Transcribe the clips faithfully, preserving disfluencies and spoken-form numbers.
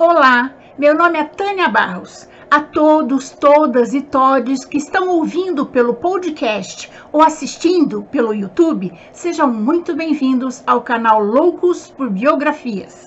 Olá, meu nome é Tânia Barros. A todos, todas e todes que estão ouvindo pelo podcast ou assistindo pelo YouTube, sejam muito bem-vindos ao canal Loucos por Biografias.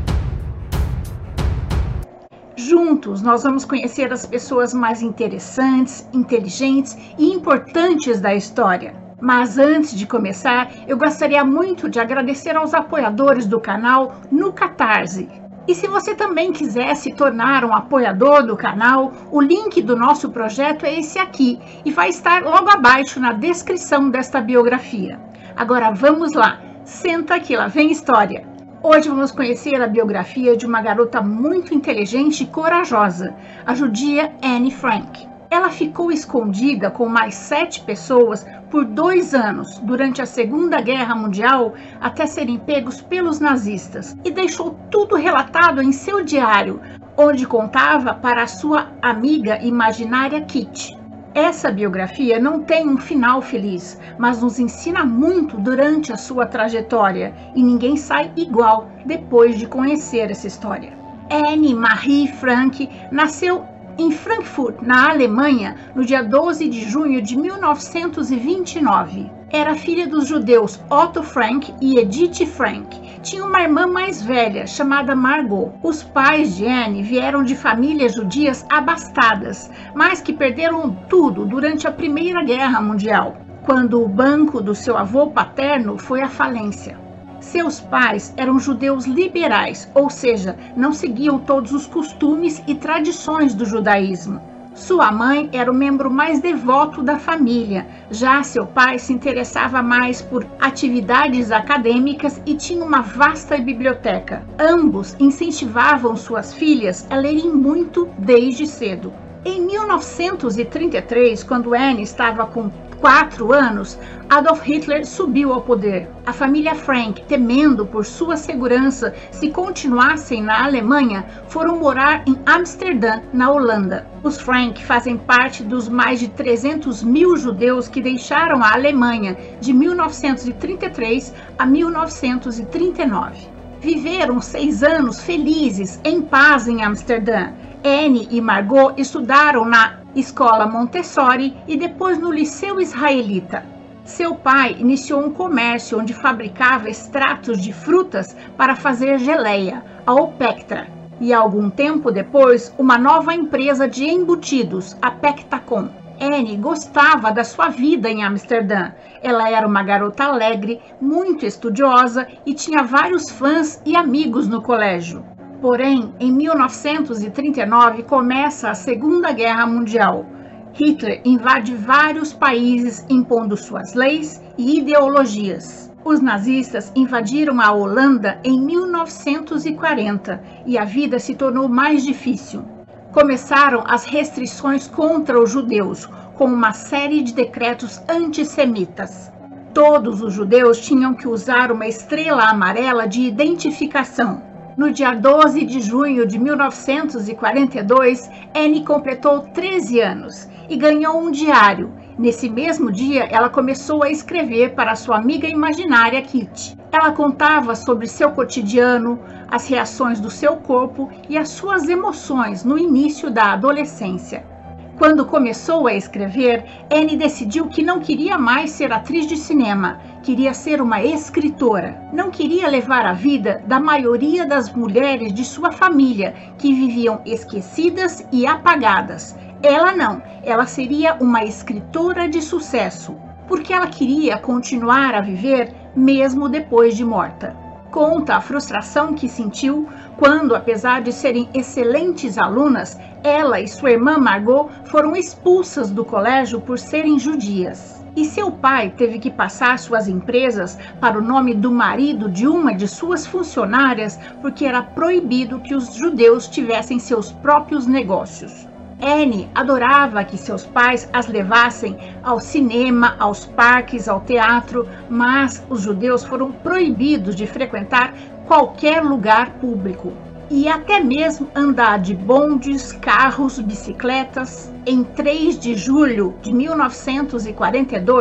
Juntos, nós vamos conhecer as pessoas mais interessantes, inteligentes e importantes da história. Mas antes de começar, eu gostaria muito de agradecer aos apoiadores do canal no Catarse. E se você também quiser se tornar um apoiador do canal, o link do nosso projeto é esse aqui e vai estar logo abaixo na descrição desta biografia. Agora vamos lá, senta aqui, lá vem história. Hoje vamos conhecer a biografia de uma garota muito inteligente e corajosa, a judia Anne Frank. Ela ficou escondida com mais sete pessoas por dois anos durante a Segunda Guerra Mundial até serem pegos pelos nazistas e deixou tudo relatado em seu diário, onde contava para a sua amiga imaginária Kitty. Essa biografia não tem um final feliz, mas nos ensina muito durante a sua trajetória e ninguém sai igual depois de conhecer essa história. Anne Marie Frank nasceu em Frankfurt, na Alemanha, no dia doze de junho de mil novecentos e vinte e nove. Era filha dos judeus Otto Frank e Edith Frank. Tinha uma irmã mais velha, chamada Margot. Os pais de Anne vieram de famílias judias abastadas, mas que perderam tudo durante a Primeira Guerra Mundial, quando o banco do seu avô paterno foi à falência. Seus pais eram judeus liberais, ou seja, não seguiam todos os costumes e tradições do judaísmo. Sua mãe era o membro mais devoto da família, já seu pai se interessava mais por atividades acadêmicas e tinha uma vasta biblioteca. Ambos incentivavam suas filhas a lerem muito desde cedo. Em mil novecentos e trinta e três, quando Anne estava com quatro anos, Adolf Hitler subiu ao poder. A família Frank, temendo por sua segurança se continuassem na Alemanha, foram morar em Amsterdã, na Holanda. Os Frank fazem parte dos mais de trezentos mil judeus que deixaram a Alemanha de mil novecentos e trinta e três a mil novecentos e trinta e nove. Viveram seis anos felizes, em paz em Amsterdã. Anne e Margot estudaram na Escola Montessori e depois no Liceu Israelita. Seu pai iniciou um comércio onde fabricava extratos de frutas para fazer geleia, a Opectra, e algum tempo depois uma nova empresa de embutidos, a Pectacom. Anne gostava da sua vida em Amsterdã. Ela era uma garota alegre, muito estudiosa e tinha vários fãs e amigos no colégio. Porém, em mil novecentos e trinta e nove começa a Segunda Guerra Mundial. Hitler invade vários países impondo suas leis e ideologias. Os nazistas invadiram a Holanda em mil novecentos e quarenta e a vida se tornou mais difícil. Começaram as restrições contra os judeus, com uma série de decretos antissemitas. Todos os judeus tinham que usar uma estrela amarela de identificação. No dia doze de junho de mil novecentos e quarenta e dois, Anne completou treze anos e ganhou um diário. Nesse mesmo dia, ela começou a escrever para sua amiga imaginária Kitty. Ela contava sobre seu cotidiano, as reações do seu corpo e as suas emoções no início da adolescência. Quando começou a escrever, Anne decidiu que não queria mais ser atriz de cinema, queria ser uma escritora. Não queria levar a vida da maioria das mulheres de sua família, que viviam esquecidas e apagadas. Ela não, ela seria uma escritora de sucesso, porque ela queria continuar a viver mesmo depois de morta. Conta a frustração que sentiu quando, apesar de serem excelentes alunas, ela e sua irmã Margot foram expulsas do colégio por serem judias. E seu pai teve que passar suas empresas para o nome do marido de uma de suas funcionárias porque era proibido que os judeus tivessem seus próprios negócios. Anne adorava que seus pais as levassem ao cinema, aos parques, ao teatro, mas os judeus foram proibidos de frequentar qualquer lugar público e até mesmo andar de bondes, carros, bicicletas. Em três de julho de mil novecentos e quarenta e dois,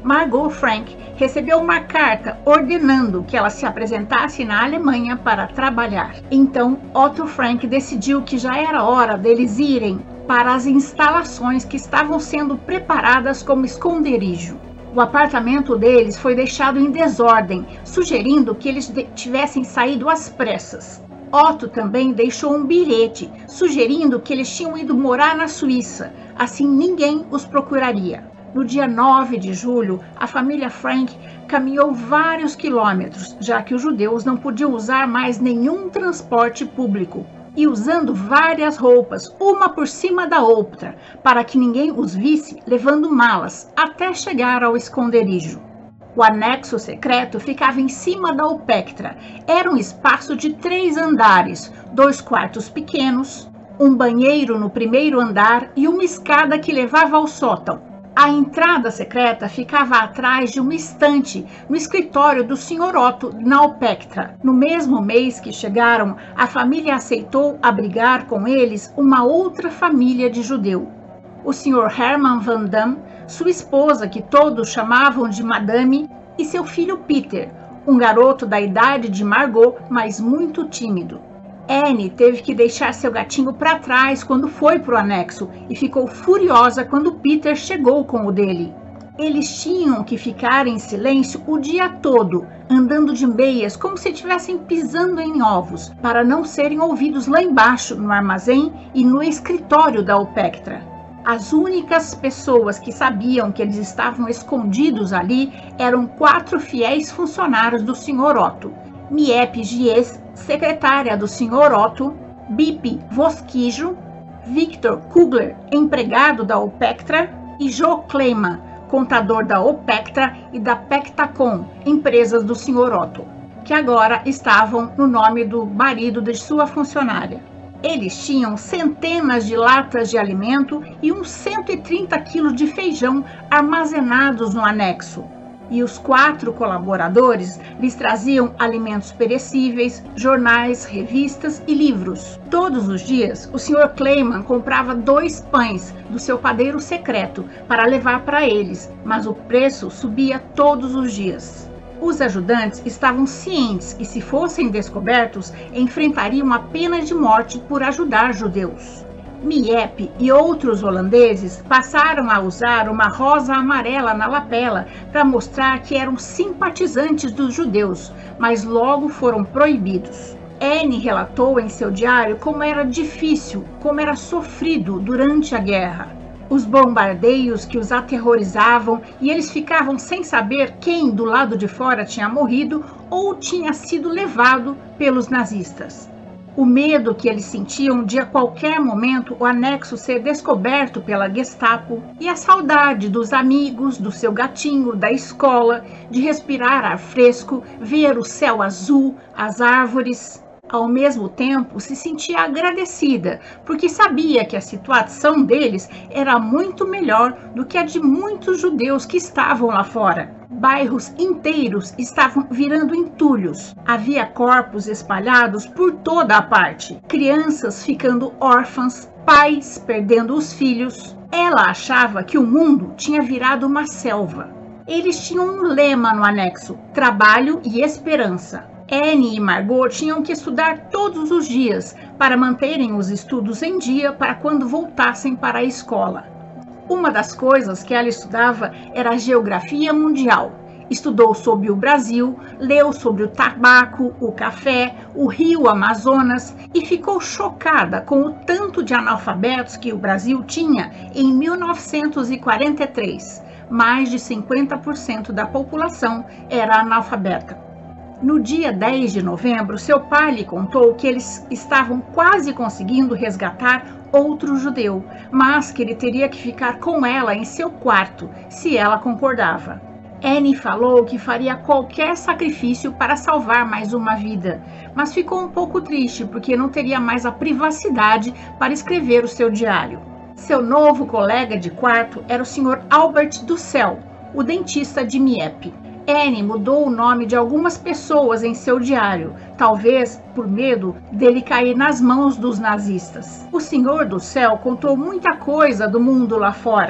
Margot Frank recebeu uma carta ordenando que ela se apresentasse na Alemanha para trabalhar. Então, Otto Frank decidiu que já era hora deles irem para as instalações que estavam sendo preparadas como esconderijo. O apartamento deles foi deixado em desordem, sugerindo que eles tivessem saído às pressas. Otto também deixou um bilhete, sugerindo que eles tinham ido morar na Suíça, assim ninguém os procuraria. No dia nove de julho, a família Frank caminhou vários quilômetros, já que os judeus não podiam usar mais nenhum transporte público, e usando várias roupas, uma por cima da outra, para que ninguém os visse levando malas, até chegar ao esconderijo. O anexo secreto ficava em cima da Opectra. Era um espaço de três andares, dois quartos pequenos, um banheiro no primeiro andar e uma escada que levava ao sótão. A entrada secreta ficava atrás de uma estante no escritório do senhor Otto, na Opectra. No mesmo mês que chegaram, a família aceitou abrigar com eles uma outra família de judeu. O senhor Herman Van Dam, sua esposa, que todos chamavam de Madame, e seu filho Peter, um garoto da idade de Margot, mas muito tímido. Anne teve que deixar seu gatinho para trás quando foi para o anexo e ficou furiosa quando Peter chegou com o dele. Eles tinham que ficar em silêncio o dia todo, andando de meias como se estivessem pisando em ovos, para não serem ouvidos lá embaixo no armazém e no escritório da Opectra. As únicas pessoas que sabiam que eles estavam escondidos ali eram quatro fiéis funcionários do senhor Otto: Miep Gies, secretária do senhor Otto; Bipi Vosquijo; Victor Kugler, empregado da Opectra; e Joe Kleiman, contador da Opectra e da Pectacom, empresas do senhor Otto, que agora estavam no nome do marido de sua funcionária. Eles tinham centenas de latas de alimento e uns cento e trinta quilos de feijão armazenados no anexo. E os quatro colaboradores lhes traziam alimentos perecíveis, jornais, revistas e livros. Todos os dias, o senhor Kleiman comprava dois pães do seu padeiro secreto para levar para eles, mas o preço subia todos os dias. Os ajudantes estavam cientes que, se fossem descobertos, enfrentariam a pena de morte por ajudar judeus. Miep e outros holandeses passaram a usar uma rosa amarela na lapela para mostrar que eram simpatizantes dos judeus, mas logo foram proibidos. Anne relatou em seu diário como era difícil, como era sofrido durante a guerra. Os bombardeios que os aterrorizavam e eles ficavam sem saber quem do lado de fora tinha morrido ou tinha sido levado pelos nazistas. O medo que eles sentiam de a qualquer momento o anexo ser descoberto pela Gestapo e a saudade dos amigos, do seu gatinho, da escola, de respirar ar fresco, ver o céu azul, as árvores. Ao mesmo tempo, se sentia agradecida, porque sabia que a situação deles era muito melhor do que a de muitos judeus que estavam lá fora. Bairros inteiros estavam virando entulhos. Havia corpos espalhados por toda a parte. Crianças ficando órfãs, pais perdendo os filhos. Ela achava que o mundo tinha virado uma selva. Eles tinham um lema no anexo: trabalho e esperança. Anne e Margot tinham que estudar todos os dias para manterem os estudos em dia para quando voltassem para a escola. Uma das coisas que ela estudava era a geografia mundial. Estudou sobre o Brasil, leu sobre o tabaco, o café, o rio Amazonas e ficou chocada com o tanto de analfabetos que o Brasil tinha em mil novecentos e quarenta e três. Mais de cinquenta por cento da população era analfabeta. No dia dez de novembro, seu pai lhe contou que eles estavam quase conseguindo resgatar outro judeu, mas que ele teria que ficar com ela em seu quarto, se ela concordava. Anne falou que faria qualquer sacrifício para salvar mais uma vida, mas ficou um pouco triste porque não teria mais a privacidade para escrever o seu diário. Seu novo colega de quarto era o senhor Albert Dussel, o dentista de Miep. Anne mudou o nome de algumas pessoas em seu diário, talvez por medo dele cair nas mãos dos nazistas. O senhor do céu contou muita coisa do mundo lá fora.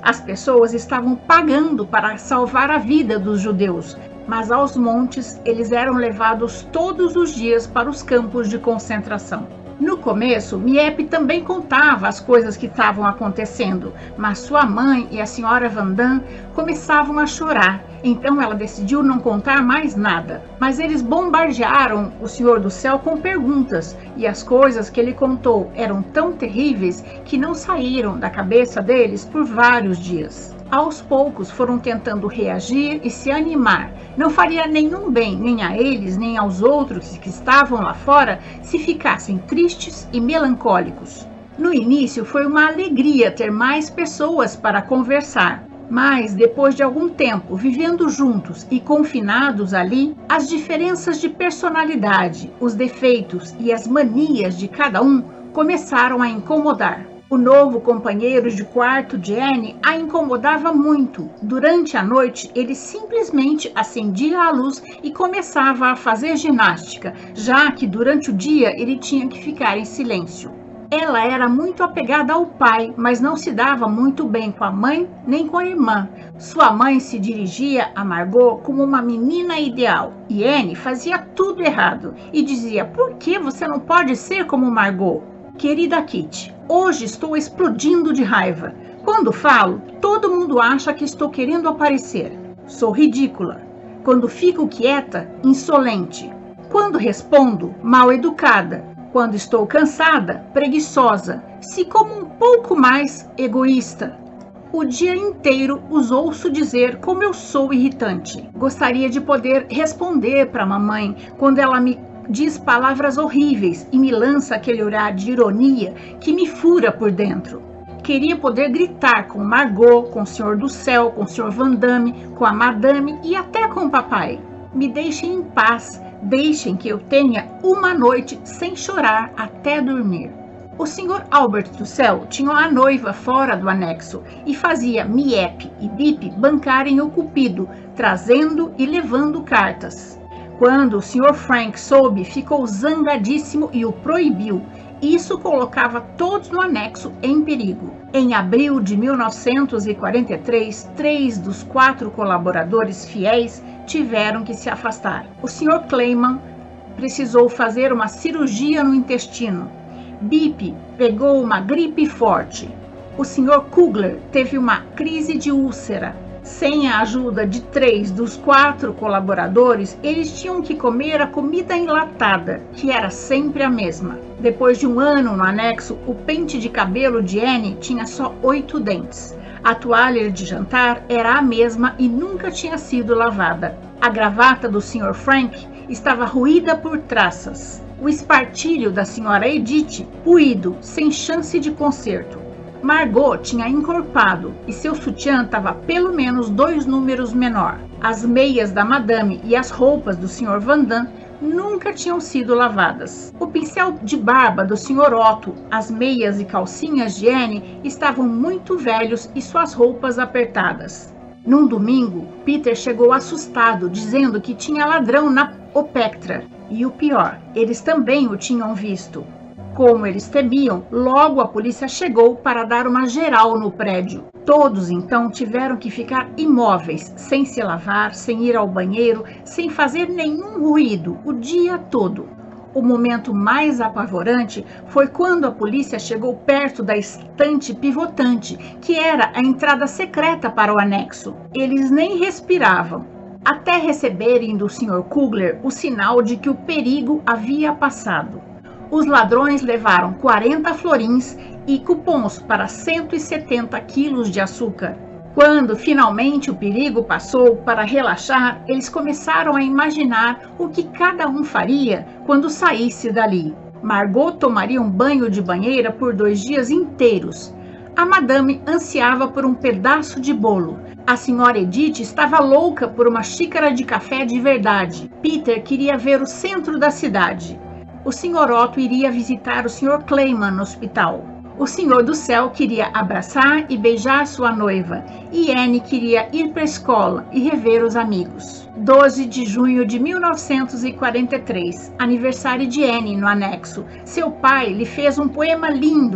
As pessoas estavam pagando para salvar a vida dos judeus, mas aos montes eles eram levados todos os dias para os campos de concentração. No começo, Miep também contava as coisas que estavam acontecendo, mas sua mãe e a senhora Van Damme começavam a chorar, então ela decidiu não contar mais nada. Mas eles bombardearam o Senhor do Céu com perguntas, e as coisas que ele contou eram tão terríveis que não saíram da cabeça deles por vários dias. Aos poucos foram tentando reagir e se animar. Não faria nenhum bem, nem a eles, nem aos outros que estavam lá fora, se ficassem tristes e melancólicos. No início foi uma alegria ter mais pessoas para conversar, mas depois de algum tempo vivendo juntos e confinados ali, as diferenças de personalidade, os defeitos e as manias de cada um começaram a incomodar. O novo companheiro de quarto de Anne a incomodava muito. Durante a noite, ele simplesmente acendia a luz e começava a fazer ginástica, já que durante o dia ele tinha que ficar em silêncio. Ela era muito apegada ao pai, mas não se dava muito bem com a mãe nem com a irmã. Sua mãe se dirigia a Margot como uma menina ideal, e Anne fazia tudo errado e dizia: "Por que você não pode ser como Margot?" Querida Kitty, hoje estou explodindo de raiva. Quando falo, todo mundo acha que estou querendo aparecer. Sou ridícula. Quando fico quieta, insolente. Quando respondo, mal educada. Quando estou cansada, preguiçosa. Se como um pouco mais egoísta. O dia inteiro os ouço dizer como eu sou irritante. Gostaria de poder responder para a mamãe quando ela me diz palavras horríveis e me lança aquele olhar de ironia que me fura por dentro. Queria poder gritar com Margot, com o Senhor do Céu, com o senhor Van Damme, com a Madame e até com o papai. Me deixem em paz, deixem que eu tenha uma noite sem chorar até dormir. O senhor Albert do Céu tinha a noiva fora do anexo e fazia Miep e Bip bancarem o cupido, trazendo e levando cartas. Quando o senhor Frank soube, ficou zangadíssimo e o proibiu. Isso colocava todos no anexo em perigo. Em abril de mil novecentos e quarenta e três, três dos quatro colaboradores fiéis tiveram que se afastar. O senhor Clayman precisou fazer uma cirurgia no intestino. Bip pegou uma gripe forte. O senhor Kugler teve uma crise de úlcera. Sem a ajuda de três dos quatro colaboradores, eles tinham que comer a comida enlatada, que era sempre a mesma. Depois de um ano no anexo, o pente de cabelo de Anne tinha só oito dentes. A toalha de jantar era a mesma e nunca tinha sido lavada. A gravata do senhor Frank estava ruída por traças. O espartilho da senhora Edith, puído, sem chance de conserto. Margot tinha encorpado e seu sutiã estava pelo menos dois números menor. As meias da Madame e as roupas do senhor Van Damme nunca tinham sido lavadas. O pincel de barba do senhor Otto, as meias e calcinhas de Anne estavam muito velhos e suas roupas apertadas. Num domingo, Peter chegou assustado, dizendo que tinha ladrão na Opectra. E o pior, eles também o tinham visto. Como eles temiam, logo a polícia chegou para dar uma geral no prédio. Todos então tiveram que ficar imóveis, sem se lavar, sem ir ao banheiro, sem fazer nenhum ruído, o dia todo. O momento mais apavorante foi quando a polícia chegou perto da estante pivotante, que era a entrada secreta para o anexo. Eles nem respiravam, até receberem do senhor Kugler o sinal de que o perigo havia passado. Os ladrões levaram quarenta florins e cupons para cento e setenta quilos de açúcar. Quando finalmente o perigo passou, para relaxar, eles começaram a imaginar o que cada um faria quando saísse dali. Margot tomaria um banho de banheira por dois dias inteiros. A Madame ansiava por um pedaço de bolo. A senhora Edith estava louca por uma xícara de café de verdade. Peter queria ver o centro da cidade. O senhor Otto iria visitar o senhor Clayman no hospital. O senhor do Céu queria abraçar e beijar sua noiva. E Anne queria ir para a escola e rever os amigos. doze de junho de mil novecentos e quarenta e três, aniversário de Anne no anexo. Seu pai lhe fez um poema lindo.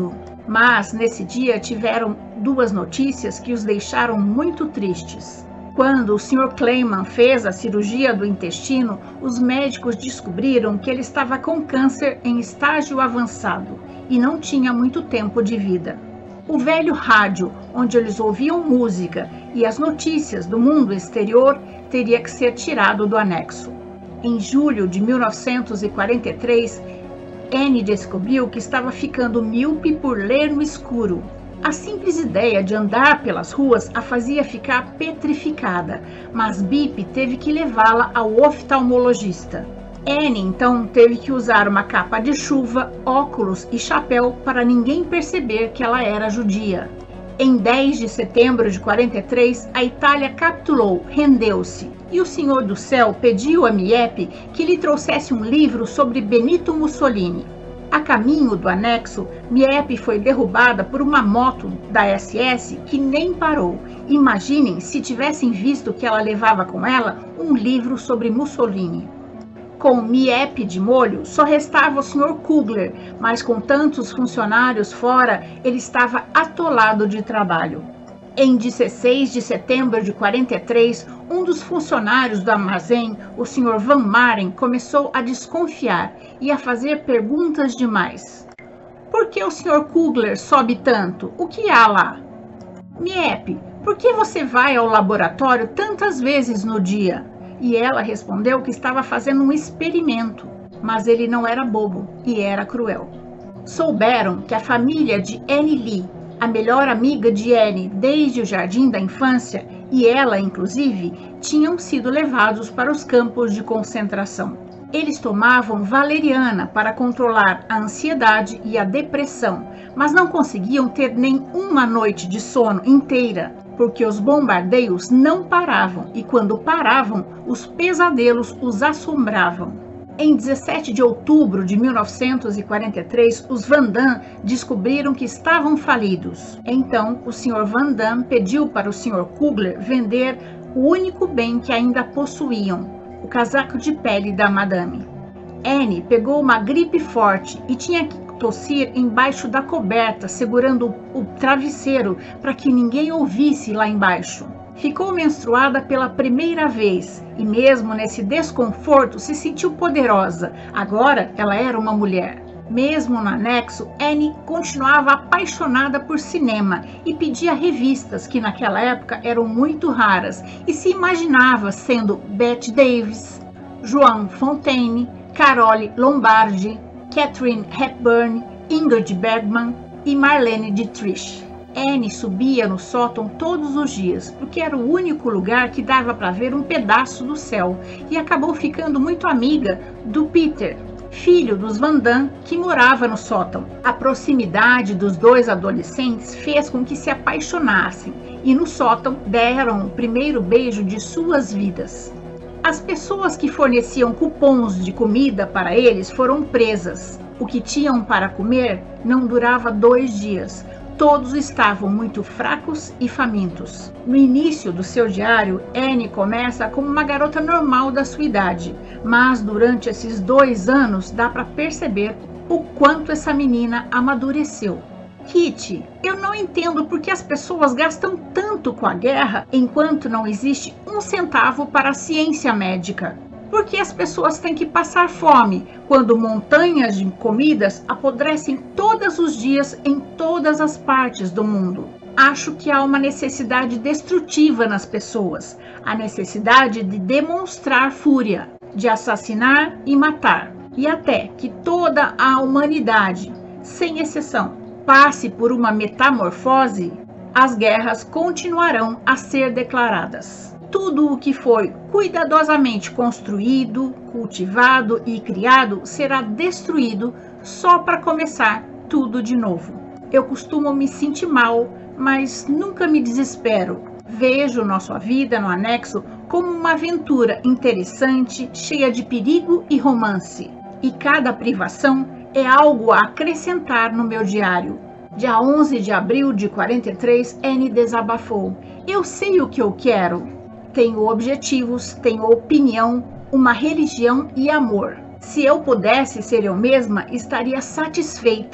Mas nesse dia tiveram duas notícias que os deixaram muito tristes. Quando o senhor Clayman fez a cirurgia do intestino, os médicos descobriram que ele estava com câncer em estágio avançado e não tinha muito tempo de vida. O velho rádio, onde eles ouviam música e as notícias do mundo exterior, teria que ser tirado do anexo. Em julho de mil novecentos e quarenta e três, Annie descobriu que estava ficando míope por ler no escuro. A simples ideia de andar pelas ruas a fazia ficar petrificada, mas Bip teve que levá-la ao oftalmologista. Annie então teve que usar uma capa de chuva, óculos e chapéu para ninguém perceber que ela era judia. Em dez de setembro de quarenta e três, a Itália capitulou, rendeu-se, e o Senhor do Céu pediu a Mieppe que lhe trouxesse um livro sobre Benito Mussolini. A caminho do anexo, Mieppe foi derrubada por uma moto da S S que nem parou. Imaginem se tivessem visto que ela levava com ela um livro sobre Mussolini. Com Mieppe de molho, só restava o senhor Kugler, mas com tantos funcionários fora, ele estava atolado de trabalho. Em dezesseis de setembro de quarenta e três, um dos funcionários do armazém, o senhor Van Maren, começou a desconfiar e a fazer perguntas demais. Por que o senhor Kugler sobe tanto? O que há lá? Mieppe, por que você vai ao laboratório tantas vezes no dia? E ela respondeu que estava fazendo um experimento, mas ele não era bobo e era cruel. Souberam que a família de Annie Lee, a melhor amiga de Annie desde o jardim da infância, e ela, inclusive, tinham sido levados para os campos de concentração. Eles tomavam valeriana para controlar a ansiedade e a depressão, mas não conseguiam ter nem uma noite de sono inteira, porque os bombardeios não paravam e, quando paravam, os pesadelos os assombravam. Em dezessete de outubro de mil novecentos e quarenta e três, os Van Damme descobriram que estavam falidos. Então, o senhor Van Damme pediu para o senhor Kugler vender o único bem que ainda possuíam, o casaco de pele da madame. Annie pegou uma gripe forte e tinha que tossir embaixo da coberta, segurando o travesseiro para que ninguém ouvisse lá embaixo. Ficou menstruada pela primeira vez e mesmo nesse desconforto se sentiu poderosa. Agora ela era uma mulher. Mesmo no anexo, Annie continuava apaixonada por cinema e pedia revistas que naquela época eram muito raras e se imaginava sendo Bette Davis, Joan Fontaine, Carole Lombardi, Katharine Hepburn, Ingrid Bergman e Marlene Dietrich. Annie subia no sótão todos os dias, porque era o único lugar que dava para ver um pedaço do céu, e acabou ficando muito amiga do Peter, filho dos Van Damme, que morava no sótão. A proximidade dos dois adolescentes fez com que se apaixonassem, e no sótão deram o primeiro beijo de suas vidas. As pessoas que forneciam cupons de comida para eles foram presas. O que tinham para comer não durava dois dias. Todos estavam muito fracos e famintos. No início do seu diário, Annie começa como uma garota normal da sua idade, mas durante esses dois anos dá para perceber o quanto essa menina amadureceu. Kitty, eu não entendo por que as pessoas gastam tanto com a guerra enquanto não existe um centavo para a ciência médica. Por que as pessoas têm que passar fome quando montanhas de comidas apodrecem todos os dias em todas as partes do mundo? Acho que há uma necessidade destrutiva nas pessoas, a necessidade de demonstrar fúria, de assassinar e matar, e até que toda a humanidade, sem exceção, passe por uma metamorfose, as guerras continuarão a ser declaradas. Tudo o que foi cuidadosamente construído, cultivado e criado será destruído só para começar tudo de novo. Eu costumo me sentir mal, mas nunca me desespero. Vejo nossa vida no anexo como uma aventura interessante, cheia de perigo e romance. E cada privação é algo a acrescentar no meu diário. Dia onze de abril de quarenta e três, Annie desabafou. Eu sei o que eu quero. Tenho objetivos, tenho opinião, uma religião e amor. Se eu pudesse ser eu mesma, estaria satisfeita.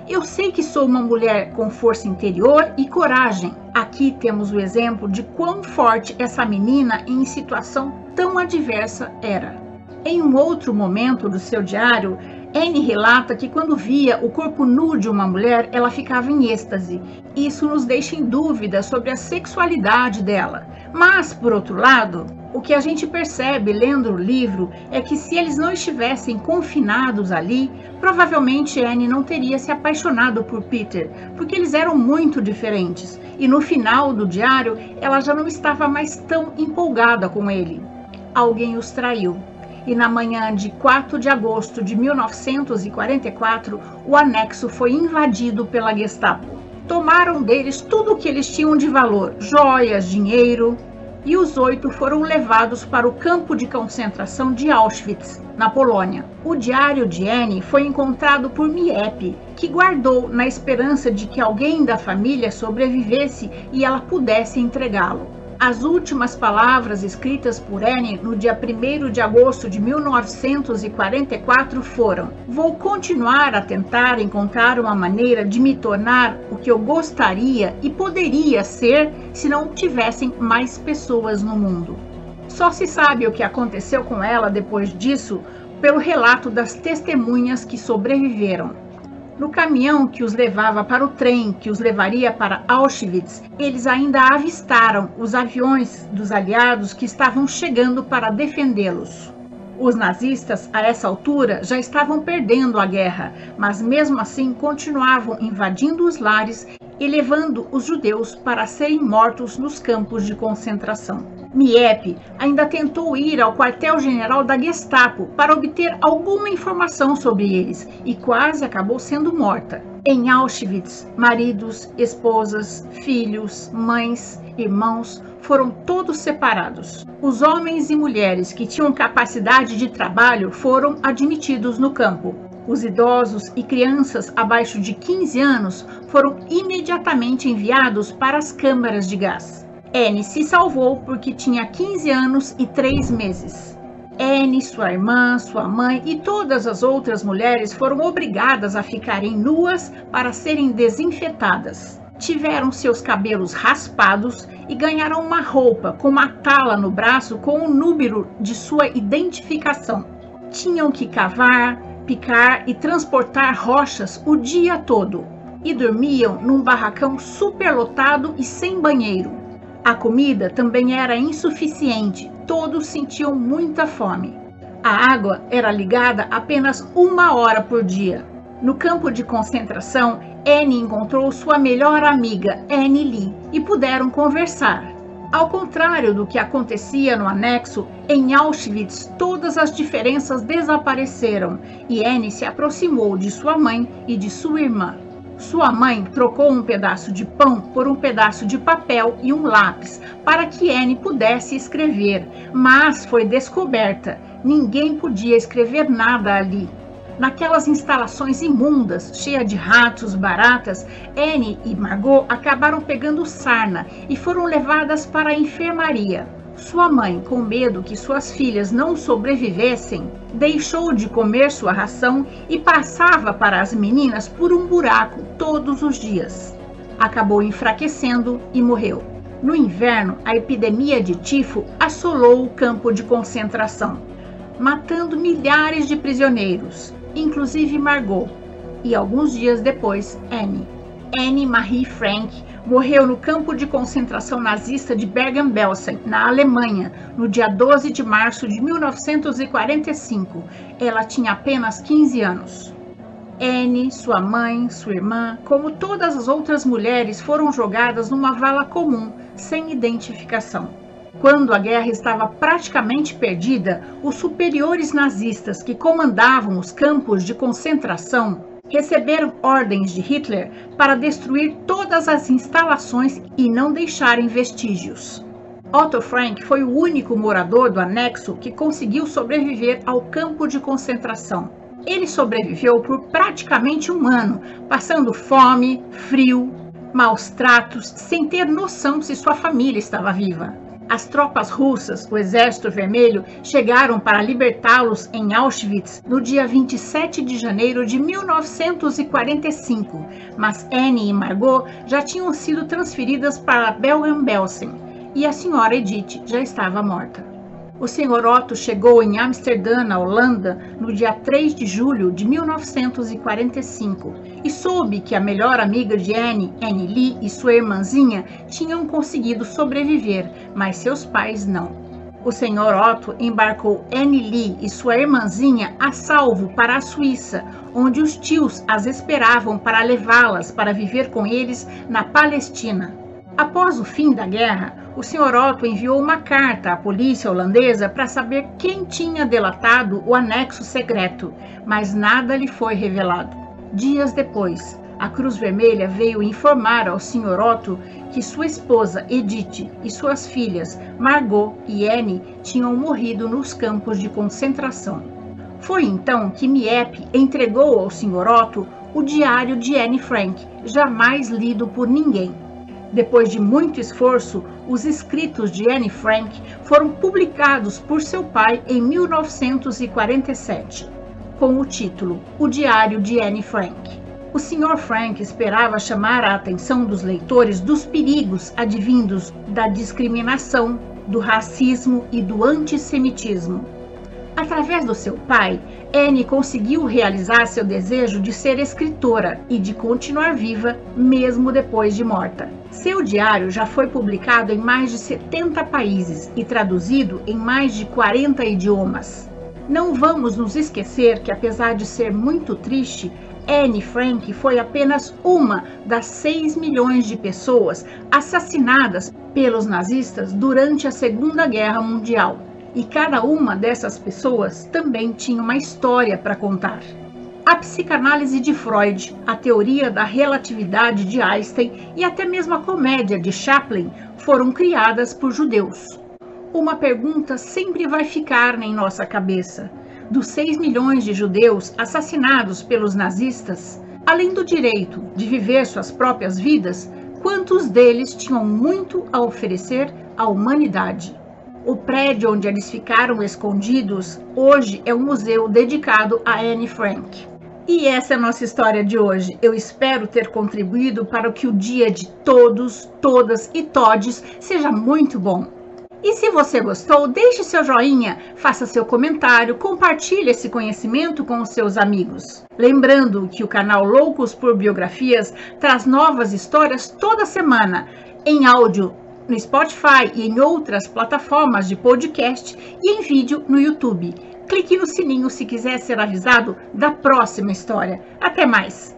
Eu sei que sou uma mulher com força interior e coragem. Aqui temos o exemplo de quão forte essa menina em situação tão adversa era. Em um outro momento do seu diário, Anne relata que quando via o corpo nu de uma mulher, ela ficava em êxtase. Isso nos deixa em dúvida sobre a sexualidade dela. Mas, por outro lado, o que a gente percebe lendo o livro é que se eles não estivessem confinados ali, provavelmente Anne não teria se apaixonado por Peter, porque eles eram muito diferentes. E no final do diário, ela já não estava mais tão empolgada com ele. Alguém os traiu. E na manhã de quatro de agosto de mil novecentos e quarenta e quatro, o anexo foi invadido pela Gestapo. Tomaram deles tudo o que eles tinham de valor, joias, dinheiro, e os oito foram levados para o campo de concentração de Auschwitz, na Polônia. O diário de Anne foi encontrado por Miep, que guardou na esperança de que alguém da família sobrevivesse e ela pudesse entregá-lo. As últimas palavras escritas por Anne no dia primeiro de agosto de mil novecentos e quarenta e quatro foram: "Vou continuar a tentar encontrar uma maneira de me tornar o que eu gostaria e poderia ser se não tivessem mais pessoas no mundo." Só se sabe o que aconteceu com ela depois disso pelo relato das testemunhas que sobreviveram. No caminhão que os levava para o trem que os levaria para Auschwitz, eles ainda avistaram os aviões dos aliados que estavam chegando para defendê-los. Os nazistas, a essa altura, já estavam perdendo a guerra, mas mesmo assim continuavam invadindo os lares e levando os judeus para serem mortos nos campos de concentração. Miep ainda tentou ir ao quartel-general da Gestapo para obter alguma informação sobre eles e quase acabou sendo morta. Em Auschwitz, maridos, esposas, filhos, mães, irmãos foram todos separados. Os homens e mulheres que tinham capacidade de trabalho foram admitidos no campo. Os idosos e crianças abaixo de quinze anos foram imediatamente enviados para as câmaras de gás. Anne se salvou porque tinha quinze anos e três meses. Anne, sua irmã, sua mãe e todas as outras mulheres foram obrigadas a ficarem nuas para serem desinfetadas. Tiveram seus cabelos raspados e ganharam uma roupa com uma tala no braço com o número de sua identificação. Tinham que cavar, picar e transportar rochas o dia todo e dormiam num barracão superlotado e sem banheiro. A comida também era insuficiente, todos sentiam muita fome. A água era ligada apenas uma hora por dia. No campo de concentração, Anne encontrou sua melhor amiga, Annie Lee, e puderam conversar. Ao contrário do que acontecia no anexo, em Auschwitz todas as diferenças desapareceram e Anne se aproximou de sua mãe e de sua irmã. Sua mãe trocou um pedaço de pão por um pedaço de papel e um lápis para que Anne pudesse escrever, mas foi descoberta. Ninguém podia escrever nada ali. Naquelas instalações imundas, cheias de ratos, baratas, Anne e Margot acabaram pegando sarna e foram levadas para a enfermaria. Sua mãe, com medo que suas filhas não sobrevivessem, deixou de comer sua ração e passava para as meninas por um buraco todos os dias. Acabou enfraquecendo e morreu. No inverno, a epidemia de tifo assolou o campo de concentração, matando milhares de prisioneiros, inclusive Margot, e alguns dias depois, Anne. Anne Marie Frank morreu no campo de concentração nazista de Bergen-Belsen, na Alemanha, no dia doze de março de mil novecentos e quarenta e cinco. Ela tinha apenas quinze anos. Anne, sua mãe, sua irmã, como todas as outras mulheres, foram jogadas numa vala comum, sem identificação. Quando a guerra estava praticamente perdida, os superiores nazistas que comandavam os campos de concentração receberam ordens de Hitler para destruir todas as instalações e não deixarem vestígios. Otto Frank foi o único morador do anexo que conseguiu sobreviver ao campo de concentração. Ele sobreviveu por praticamente um ano, passando fome, frio, maus tratos, sem ter noção se sua família estava viva. As tropas russas, o Exército Vermelho, chegaram para libertá-los em Auschwitz no dia vinte e sete de janeiro de mil novecentos e quarenta e cinco, mas Annie e Margot já tinham sido transferidas para Bergen-Belsen e a senhora Edith já estava morta. O senhor Otto chegou em Amsterdã, na Holanda, no dia três de julho de mil novecentos e quarenta e cinco e soube que a melhor amiga de Annie, Annie Lee, e sua irmãzinha tinham conseguido sobreviver, mas seus pais não. O senhor Otto embarcou Annie Lee e sua irmãzinha a salvo para a Suíça, onde os tios as esperavam para levá-las para viver com eles na Palestina. Após o fim da guerra, o senhor Otto enviou uma carta à polícia holandesa para saber quem tinha delatado o anexo secreto, mas nada lhe foi revelado. Dias depois, a Cruz Vermelha veio informar ao senhor Otto que sua esposa Edith e suas filhas Margot e Annie tinham morrido nos campos de concentração. Foi então que Miep entregou ao senhor Otto o diário de Anne Frank, jamais lido por ninguém. Depois de muito esforço, os escritos de Anne Frank foram publicados por seu pai em mil novecentos e quarenta e sete, com o título O Diário de Anne Frank. O senhor Frank esperava chamar a atenção dos leitores dos perigos advindos da discriminação, do racismo e do antissemitismo. Através do seu pai, Anne conseguiu realizar seu desejo de ser escritora e de continuar viva mesmo depois de morta. Seu diário já foi publicado em mais de setenta países e traduzido em mais de quarenta idiomas. Não vamos nos esquecer que, apesar de ser muito triste, Anne Frank foi apenas uma das seis milhões de pessoas assassinadas pelos nazistas durante a Segunda Guerra Mundial. E cada uma dessas pessoas também tinha uma história para contar. A psicanálise de Freud, a teoria da relatividade de Einstein e até mesmo a comédia de Chaplin foram criadas por judeus. Uma pergunta sempre vai ficar em nossa cabeça. Dos seis milhões de judeus assassinados pelos nazistas, além do direito de viver suas próprias vidas, quantos deles tinham muito a oferecer à humanidade? O prédio onde eles ficaram escondidos hoje é um museu dedicado a Anne Frank. E essa é a nossa história de hoje. Eu espero ter contribuído para que o dia de todos, todas e todes seja muito bom. E se você gostou, deixe seu joinha, faça seu comentário, compartilhe esse conhecimento com os seus amigos. Lembrando que o canal Loucos por Biografias traz novas histórias toda semana, em áudio no Spotify e em outras plataformas de podcast e em vídeo no YouTube. Clique no sininho se quiser ser avisado da próxima história. Até mais!